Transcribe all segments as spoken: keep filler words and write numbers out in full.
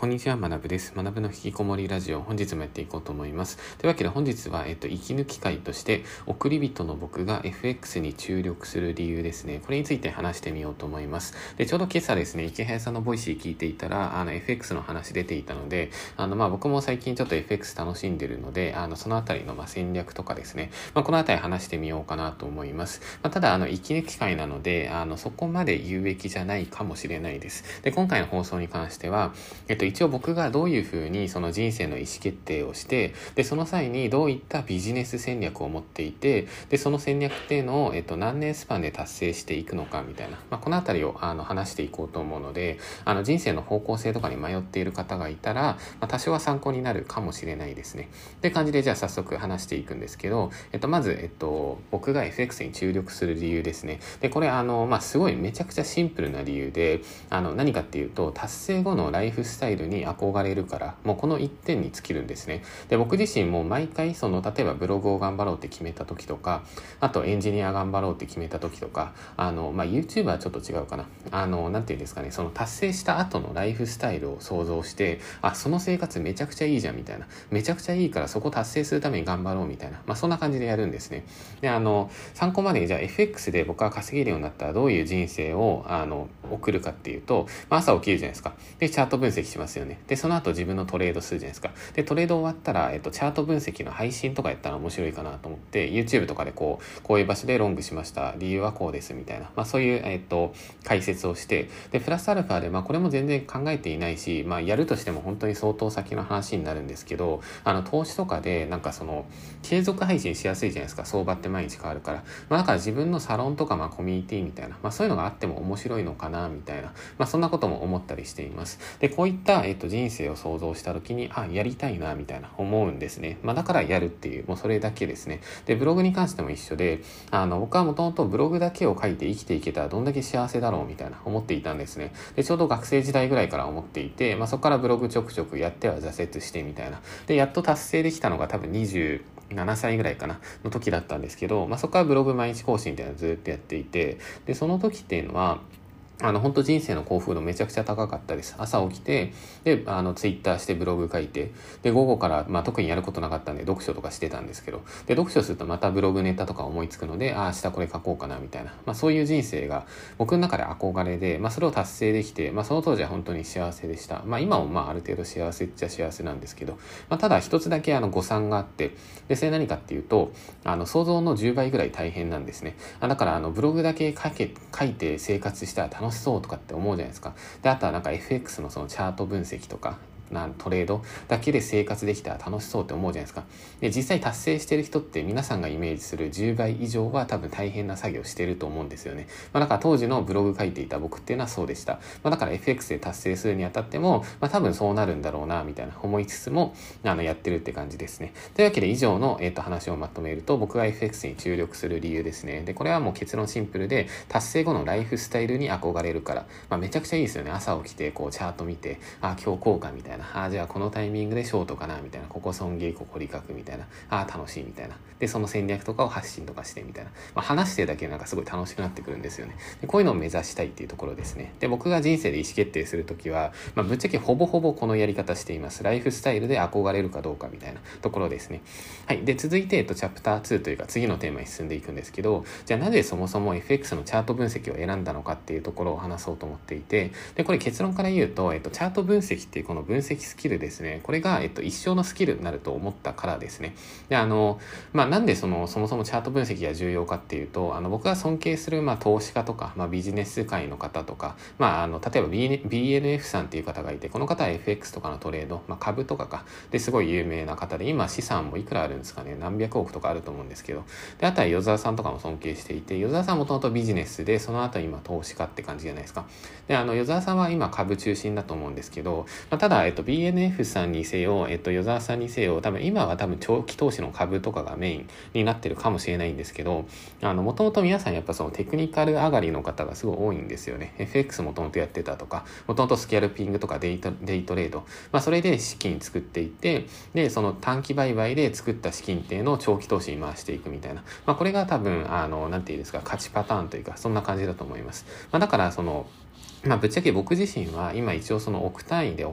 こんにちは、学部です。学部の引きこもりラジオ、本日もやっていこうと思います。というわけで本日は、えっと、息抜き会として、送り人の僕が エフエックス に注力する理由ですね。これについて話してみようと思います。で、ちょうど今朝ですね、池早さんのボイシー聞いていたら、あの、エフエックス の話出ていたので、あの、まあ、僕も最近ちょっと エフエックス 楽しんでるので、あの、そのあたりの、まあ、戦略とかですね、まあ、このあたり話してみようかなと思います。まあ、ただ、あの、息抜き会なので、あの、そこまで有益じゃないかもしれないです。で、今回の放送に関しては、えっと、一応僕がどうどういうふうにその人生の意思決定をして、でその際にどういったビジネス戦略を持っていて、でその戦略っていうのを、えっと、何年スパンで達成していくのかみたいな、まあ、このあたりをあの話していこうと思うので、あの人生の方向性とかに迷っている方がいたら、まあ、多少は参考になるかもしれないですね。って感じで、じゃあ早速話していくんですけど、えっと、まず、えっと、僕が エフエックス に注力する理由ですね。でこれあの、まあ、すごいめちゃくちゃシンプルな理由で、あの何かっていうと、達成後のライフスタイルに憧れるから、もうこの一点に尽きるんですね。で僕自身も毎回その例えばブログを頑張ろうって決めた時とか、あとエンジニア頑張ろうって決めた時とか、あのまあ YouTube はちょっと違うかな、あのなんていうんですかね、その達成した後のライフスタイルを想像して、あその生活めちゃくちゃいいじゃんみたいな、めちゃくちゃいいからそこ達成するために頑張ろうみたいな、まあそんな感じでやるんですね。であの参考までに、じゃあ エフエックス で僕が稼げるようになったらどういう人生をあの送るかっていうと、まあ、朝起きるじゃないですか。でチャート分析しますよね。でその後自分のトレードするじゃないですか。でトレード終わったら、えっと、チャート分析の配信とかやったら面白いかなと思って、 YouTube とかでこうこういう場所でロングしました、理由はこうですみたいな、まあ、そういう、えっと、解説をして、でプラスアルファで、まあ、これも全然考えていないし、まあ、やるとしても本当に相当先の話になるんですけど、あの投資とかでなんかその継続配信しやすいじゃないですか。相場って毎日変わるから、まあ、だから自分のサロンとか、まあ、コミュニティみたいな、まあ、そういうのがあっても面白いのかなみたいな、まあ、そんなことも思ったりしています。でこういった、えっと、人生を想像した時に、あやりたいなみたいな思うんですね。まあ、だからやるっていう、もうそれだけですね。でブログに関しても一緒で、あの僕はもともとブログだけを書いて生きていけたらどんだけ幸せだろうみたいな思っていたんですね。でちょうど学生時代ぐらいから思っていて、まあ、そこからブログちょくちょくやっては挫折してみたいな、でやっと達成できたのが多分にじゅうななさいぐらいかなの時だったんですけど、まあ、そこからブログ毎日更新っていうのをずっとやっていて、でその時っていうのはあの本当人生の幸福度めちゃくちゃ高かったです。朝起きて、であのツイッターしてブログ書いて、で午後から、まあ、特にやることなかったんで読書とかしてたんですけど、で読書するとまたブログネタとか思いつくので、ああ明日これ書こうかなみたいな、まあ、そういう人生が僕の中で憧れで、まあ、それを達成できて、まあ、その当時は本当に幸せでした。まあ、今もまあある程度幸せっちゃ幸せなんですけど、まあ、ただ一つだけあの誤算があって、でそれ何かっていうと、あの想像のじゅうばいぐらい大変なんですね。だからあのブログだけ書け書いて生活したら楽しそうとかって思うじゃないですか。であとはなんか エフエックス のそのチャート分析とかなんトレードだけで生活できたら楽しそうって思うじゃないですか。で実際達成してる人って皆さんがイメージするじゅうばい以上は多分大変な作業してると思うんですよね。まあ、だから当時のブログ書いていた僕っていうのはそうでした。まあ、だから エフエックス で達成するにあたっても、まあ、多分そうなるんだろうなみたいな思いつつもあのやってるって感じですね。というわけで以上の、えー、と話をまとめると、僕が エフエックス に注力する理由ですね。でこれはもう結論シンプルで、達成後のライフスタイルに憧れるから、まあ、めちゃくちゃいいですよね。朝起きてこうチャート見て、あ今日こうかみたいな、あじゃあこのタイミングでショートかなみたいな、ここ損切りここ利確みたいな、あ楽しいみたいな、でその戦略とかを発信とかしてみたいな、まあ、話してるだけでなんかすごい楽しくなってくるんですよね。でこういうのを目指したいっていうところですね。で僕が人生で意思決定するときは、まあ、ぶっちゃけほぼほぼこのやり方しています。ライフスタイルで憧れるかどうかみたいなところですね。はい。で続いて、えっと、チャプターツーというか次のテーマに進んでいくんですけど、じゃあなぜそもそも エフエックス のチャート分析を選んだのかっていうところを話そうと思っていて、でこれ結論から言うと、えっと、チャート分析っていうこの分析スキルですね、これが、えっと、一生のスキルになると思ったからですね。であの、まあ、なんでそのそもそもチャート分析が重要かっていうと、あの僕が尊敬する、まあ、投資家とか、まあ、ビジネス界の方とか、まあ、あの例えば ビーエヌエフ さんっていう方がいて、この方は エフエックス とかのトレード、まあ、株とかかですごい有名な方で、今資産もいくらあるんですかね、何百億とかあると思うんですけど、であとは与沢さんとかも尊敬していて、与沢さんもともとビジネスで、その後今投資家って感じじゃないですか。であの与沢さんは今株中心だと思うんですけど、まあ、ただ、えっと、ビーエヌエフ さんにせよ、えっと、与沢さんにせよ、多分今は多分長期投資の株とかがメインになってるかもしれないんですけど、あのもともと皆さんやっぱそのテクニカル上がりの方がすごい多いんですよね。 エフエックス もともとやってたとか、もともとスキャルピングとかデイトデイトレード、まあ、それで資金作っていって、でその短期売買で作った資金っていうのを長期投資に回していくみたいな、まあ、これが多分あのなんていうんですか、勝ちパターンというか、そんな感じだと思います。まあ、だからそのまあ、ぶっちゃけ僕自身は今一応その億単位でお金っていう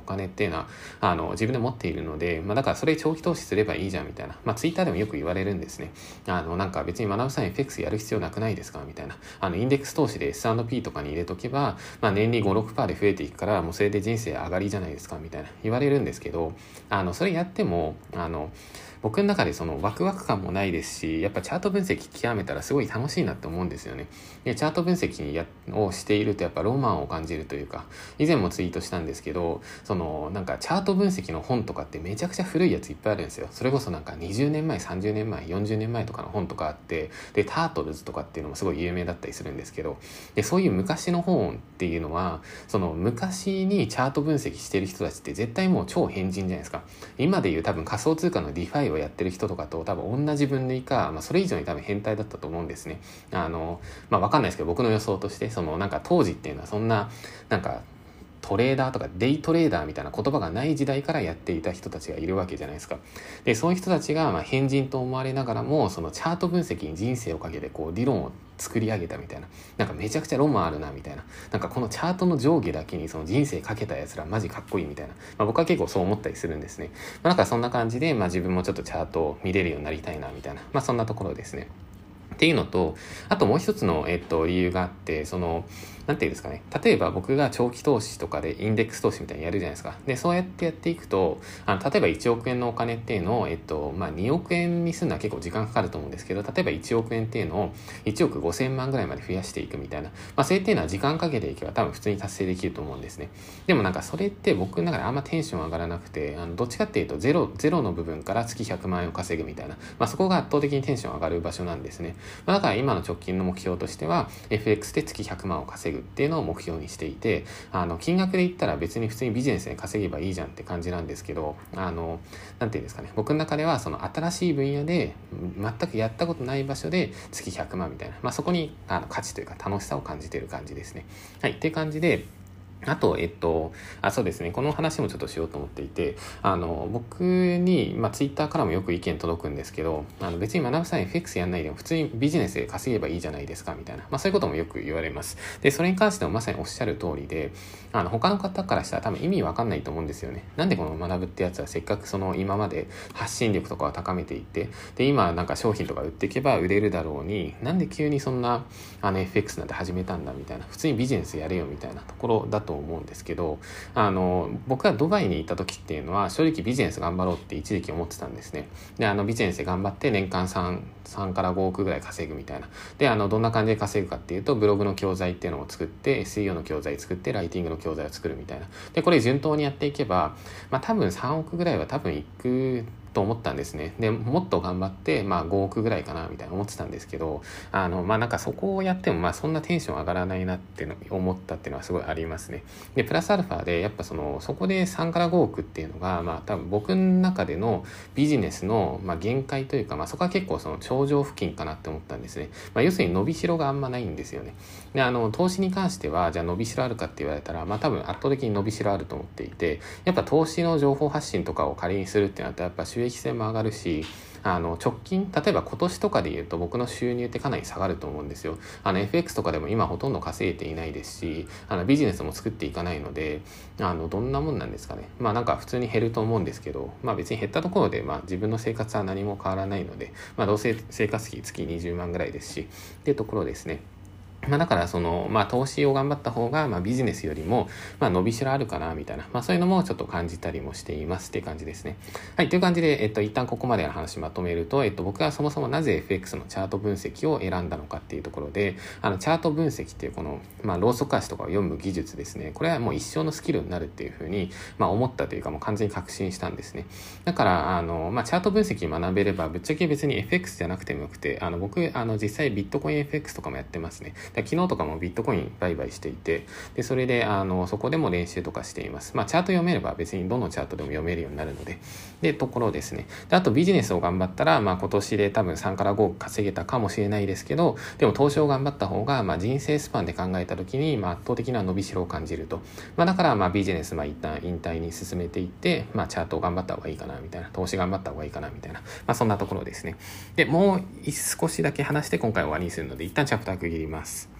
いなあの自分で持っているので、まあ、だからそれ長期投資すればいいじゃんみたいな、まあ、ツイッターでもよく言われるんですね。あのなんか別に学さん エフエックス やる必要なくないですかみたいな、あのインデックス投資で エスアンドピー とかに入れとけば、まあ、年利 ご、ろくパーセント で増えていくから、もうそれで人生上がりじゃないですかみたいな言われるんですけど、あのそれやってもあの僕の中でそのワクワク感もないですし、やっぱチャート分析極めたらすごい楽しいなって思うんですよね。でチャート分析やをしているとやっぱロマンを感じるというか、以前もツイートしたんですけど、そのなんかチャート分析の本とかってめちゃくちゃ古いやついっぱいあるんですよ。それこそなんかにじゅうねんまえさんじゅうねんまえよんじゅうねんまえとかの本とかあって、でタートルズとかっていうのもすごい有名だったりするんですけど、でそういう昔の本っていうのはその昔にチャート分析してる人たちって絶対もう超変人じゃないですか。今でいう多分仮想通貨のディファイをやってる人とかと多分同じ分類か、まあ、それ以上に多分変態だったと思うんですね。あのまあ分かんないですけど、僕の予想としてそのなんか当時っていうのはそんななんかトレーダーとかデイトレーダーみたいな言葉がない時代からやっていた人たちがいるわけじゃないですか。でそういう人たちがまあ変人と思われながらも、そのチャート分析に人生をかけてこう理論を作り上げたみたいな、なんかめちゃくちゃロマンあるなみたいな、なんかこのチャートの上下だけにその人生かけたやつらマジかっこいいみたいな、まあ、僕は結構そう思ったりするんですね。まあ、なんかそんな感じで、まあ、自分もちょっとチャートを見れるようになりたいなみたいな、まあ、そんなところですね。っていうのと、あともう一つの、えっと、理由があって、そのなんていうんですかね、例えば僕が長期投資とかでインデックス投資みたいにやるじゃないですか。でそうやってやっていくと、あの例えばいちおくえんのお金っていうのを、えっとまあ、におくえんにするのは結構時間かかると思うんですけど、例えばいちおくえんっていうのをいちおくごせんまんぐらいまで増やしていくみたいな、まあ、それっていうのは時間かけていけば多分普通に達成できると思うんですね。でもなんかそれって僕の中であんまテンション上がらなくて、あのどっちかっていうとゼロ、ゼロの部分から月ひゃくまんえんを稼ぐみたいな、まあ、そこが圧倒的にテンション上がる場所なんですね。まあ、だから今の直近の目標としては エフエックス で月ひゃくまんを稼ぐっていうのを目標にしていて、あの金額で言ったら別に普通にビジネスで稼げばいいじゃんって感じなんですけど、あのなんていうんですかね、僕の中ではその新しい分野で全くやったことない場所で月ひゃくまんみたいな、まあ、そこにあの価値というか楽しさを感じている感じですね。はい、っていう感じで、あと、えっと、あ、そうですね。この話もちょっとしようと思っていて、あの、僕に、まあ、ツイッターからもよく意見届くんですけど、あの、別に学さん エフエックス やんないでも普通にビジネスで稼げばいいじゃないですか、みたいな。まあ、そういうこともよく言われます。で、それに関してもまさにおっしゃる通りで、あの、他の方からしたら多分意味わかんないと思うんですよね。なんでこの学ぶってやつはせっかくその今まで発信力とかを高めていって、で、今なんか商品とか売っていけば売れるだろうに、なんで急にそんな、あの、エフエックス なんて始めたんだ、みたいな。普通にビジネスやれよ、みたいなところだとと思うんですけど、あの僕がドバイに行った時っていうのは正直ビジネス頑張ろうって一時期思ってたんですね。であのビジネスで頑張って年間 3, 3からごおくぐらい稼ぐみたいな。であのどんな感じで稼ぐかっていうと、ブログの教材っていうのを作って エスイーオー の教材作ってライティングの教材を作るみたいな。でこれ順当にやっていけば、まあ、多分さんおくぐらいは多分いくと思ったんですね。でもっと頑張って、まあ、ごおくぐらいかなみたいな思ってたんですけど、あのまあなんかそこをやってもまあそんなテンション上がらないなっていうの思ったっていうのはすごいありますね。でプラスアルファでやっぱそのそこでさんからごおくっていうのがまあ多分僕の中でのビジネスのまあ限界というか、まあそこは結構その頂上付近かなって思ったんですね。まあ、要するに伸びしろがあんまないんですよね。であの投資に関してはじゃあ伸びしろあるかって言われたら、まあ多分圧倒的に伸びしろあると思っていて、やっぱ投資の情報発信とかを仮にするってなったらやっぱ収益性も上がるし、あの直近例えば今年とかで言うと僕の収入ってかなり下がると思うんですよ。あの エフエックス とかでも今ほとんど稼いでいないですし、あのビジネスも作っていかないので、あのどんなもんなんですかね。まあなんか普通に減ると思うんですけど、まあ別に減ったところでまあ自分の生活は何も変わらないので、まあどうせ生活費月にじゅうまんぐらいですしっていうところですね。まあ、だからその、まあ、投資を頑張った方が、まあ、ビジネスよりも、まあ、伸びしろあるかなみたいな、まあ、そういうのもちょっと感じたりもしていますっていう感じですね。はい、という感じで、えっと、一旦ここまでの話まとめると、えっと、僕がそもそもなぜ エフエックス のチャート分析を選んだのかっていうところで、あのチャート分析っていうこの、まあ、ローソク足とかを読む技術ですね。これはもう一生のスキルになるっていうふうに、まあ、思ったというか、もう完全に確信したんですね。だからあの、まあ、チャート分析学べればぶっちゃけ別に エフエックス じゃなくてもよくて、あの僕あの実際ビットコイン エフエックス とかもやってますね。昨日とかもビットコイン売買していて、でそれであのそこでも練習とかしています。まあチャート読めれば別にどのチャートでも読めるようになるので、でところですね。であとビジネスを頑張ったら、まあ今年で多分さんからごおく稼げたかもしれないですけど、でも投資を頑張った方が、まあ人生スパンで考えた時に、まあ圧倒的な伸びしろを感じると。まあだからまあビジネスまあ一旦引退に進めていって、まあチャートを頑張った方がいいかなみたいな、投資頑張った方がいいかなみたいな、まあそんなところですね。でもう少しだけ話して今回終わりにするので、一旦チャプター区切ります。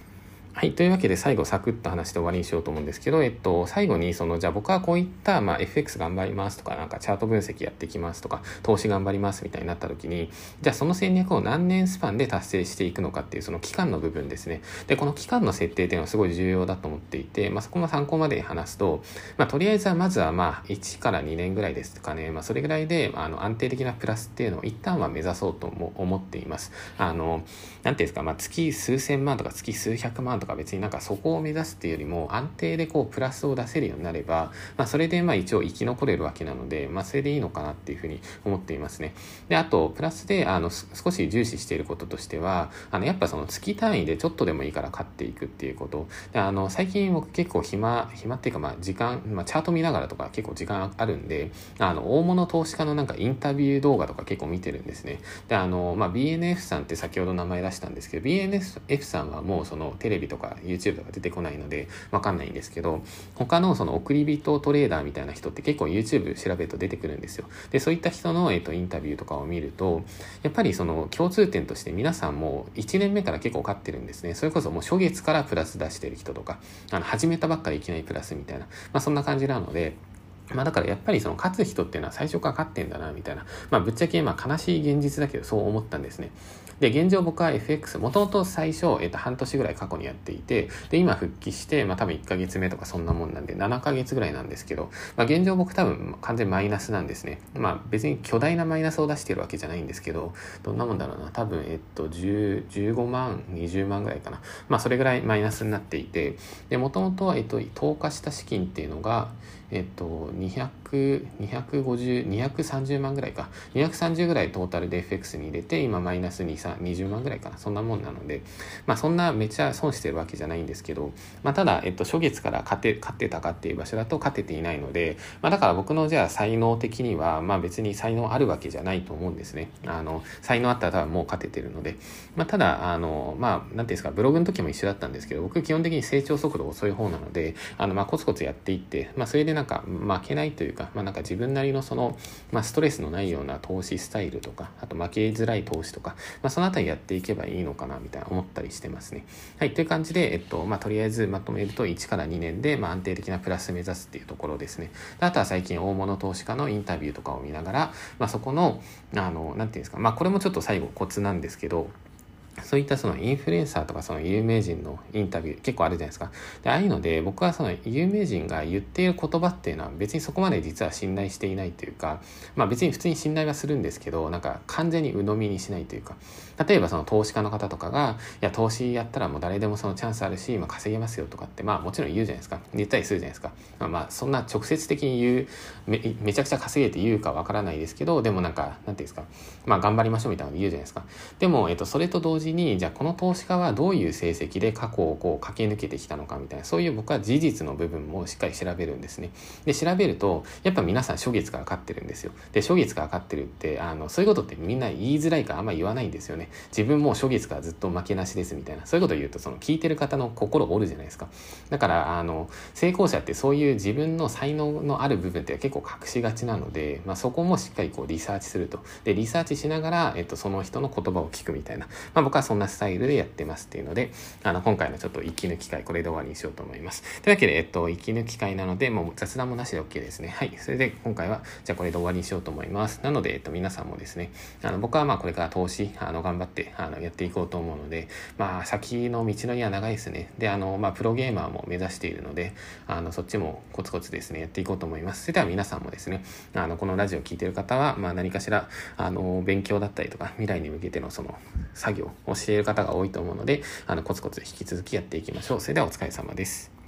はい。というわけで、最後、サクッと話して終わりにしようと思うんですけど、えっと、最後に、その、じゃあ僕はこういった、まあ、エフエックス 頑張りますとか、なんかチャート分析やっていきますとか、投資頑張りますみたいになった時に、じゃあその戦略を何年スパンで達成していくのかっていう、その期間の部分ですね。で、この期間の設定っていうのはすごい重要だと思っていて、まあ、そこも参考までに話すと、まあ、とりあえずは、まずは、まあ、いちからにねんぐらいですかね。まあ、それぐらいで、あの、安定的なプラスっていうのを一旦は目指そうとも思っています。あの、なんていうんですか、まあ、月数千万とか月数百万とか別になんかそこを目指すっていうよりも安定でこうプラスを出せるようになれば、まあ、それでまあ一応生き残れるわけなので、まあ、それでいいのかなっていうふうに思っていますね。で、あと、プラスで、あの、少し重視していることとしては、あの、やっぱその月単位でちょっとでもいいから買っていくっていうこと。で、あの、最近僕結構暇、暇っていうかまあ時間、まあ、チャート見ながらとか結構時間あるんで、あの、大物投資家のなんかインタビュー動画とか結構見てるんですね。で、あの、まあ、ビーエヌエフ さんって先ほど名前出したんですけど、ビーエヌエフ さんはもうそのテレビとか YouTube とか出てこないのでわかんないんですけど、他のその送り人トレーダーみたいな人って結構 YouTube 調べると出てくるんですよ。で、そういった人の、えっと、インタビューとかを見ると、やっぱりその共通点として皆さんもいちねんめから結構勝ってるんですね。それこそもう初月からプラス出してる人とか、あの、始めたばっかりいきなりプラスみたいな、まあそんな感じなので、まあだからやっぱりその勝つ人っていうのは最初から勝ってんだなみたいな、まあぶっちゃけまあ悲しい現実だけどそう思ったんですね。で、現状僕は エフエックス、もともと最初、えっと、半年ぐらい過去にやっていて、で、今復帰して、まあ多分いっかげつめとかそんなもんなんで、ななかげつぐらいなんですけど、まあ現状僕多分完全マイナスなんですね。まあ別に巨大なマイナスを出してるわけじゃないんですけど、どんなもんだろうな、多分、えっと、じゅう、じゅうごまん、にじゅうまんぐらいかな。まあそれぐらいマイナスになっていて、で、もともと、えっと、投下した資金っていうのが、えっと、にひゃく、にひゃくごじゅう、にひゃくさんじゅうまんぐらいか。にひゃくさんじゅうぐらいトータルで エフエックス に入れて、今マイナスに、にじゅうまんぐらいかな。そんなもんなので、まあそんなめっちゃ損してるわけじゃないんですけど、まあただ、えっと、初月から勝て、勝ってたかっていう場所だと勝てていないので、まあだから僕のじゃあ才能的には、まあ別に才能あるわけじゃないと思うんですね。あの、才能あったら多分もう勝ててるので。まあただ、あの、まあ、なんていうんですか、ブログの時も一緒だったんですけど、僕基本的に成長速度遅い方なので、あの、まあコツコツやっていって、まあそれでなんか負けないというか、まあなんか自分なりのその、まあストレスのないような投資スタイルとか、あと負けづらい投資とか、まあそのあたりやっていけばいいのかなみたいな思ったりしてますね。はい、という感じで、えっと、まあとりあえずまとめるといちからにねんで、まあ安定的なプラス目指すっていうところですね。あとは最近大物投資家のインタビューとかを見ながら、まあそこの、あの、なんていうんですか、まあこれもちょっと最後コツなんですけど、そういったそのインフルエンサーとかその有名人のインタビュー結構あるじゃないですか。で、ああいうので僕はその有名人が言っている言葉っていうのは別にそこまで実は信頼していないというか、まあ別に普通に信頼はするんですけど、なんか完全に鵜呑みにしないというか、例えばその投資家の方とかが、いや投資やったらもう誰でもそのチャンスあるし、今稼げますよとかってまあもちろん言うじゃないですか。言ったりするじゃないですか。まあ、まあそんな直接的に言う、め、めちゃくちゃ稼げて言うかわからないですけど、でもなんか、なんていうんですか、まあ頑張りましょうみたいなの言うじゃないですか。でも、えっと、それと同時に、じゃあこの投資家はどういう成績で過去をこう駆け抜けてきたのかみたいな、そういう僕は事実の部分もしっかり調べるんですね。で、調べると、やっぱ皆さん初月から勝ってるんですよ。で、初月から勝ってるって、あの、そういうことってみんな言いづらいからあんま言わないんですよね。自分も初月からずっと負けなしですみたいな、そういうことを言うと、その聞いてる方の心折るじゃないですか。だから、あの、成功者ってそういう自分の才能のある部分って結構隠しがちなので、まあそこもしっかりこうリサーチすると。で、リサーチしながら、えっと、その人の言葉を聞くみたいな、まあ僕はそんなスタイルでやってますっていうので、あの、今回のちょっと息抜き会、これで終わりにしようと思います。というわけで、えっと、息抜き会なので、もう雑談もなしで OK ですね。はい。それで、今回は、じゃあこれで終わりにしようと思います。なので、えっと、皆さんもですね、あの、僕はまあ、これから投資、あの、頑張って、あの、やっていこうと思うので、まあ、先の道のりは長いですね。で、あの、まあ、プロゲーマーも目指しているので、あの、そっちもコツコツですね、やっていこうと思います。それでは皆さんもですね、あの、このラジオを聞いている方は、まあ、何かしら、あの、勉強だったりとか、未来に向けてのその、作業をしている方が多いと思うので、あの、コツコツ引き続きやっていきましょう。それではお疲れ様です。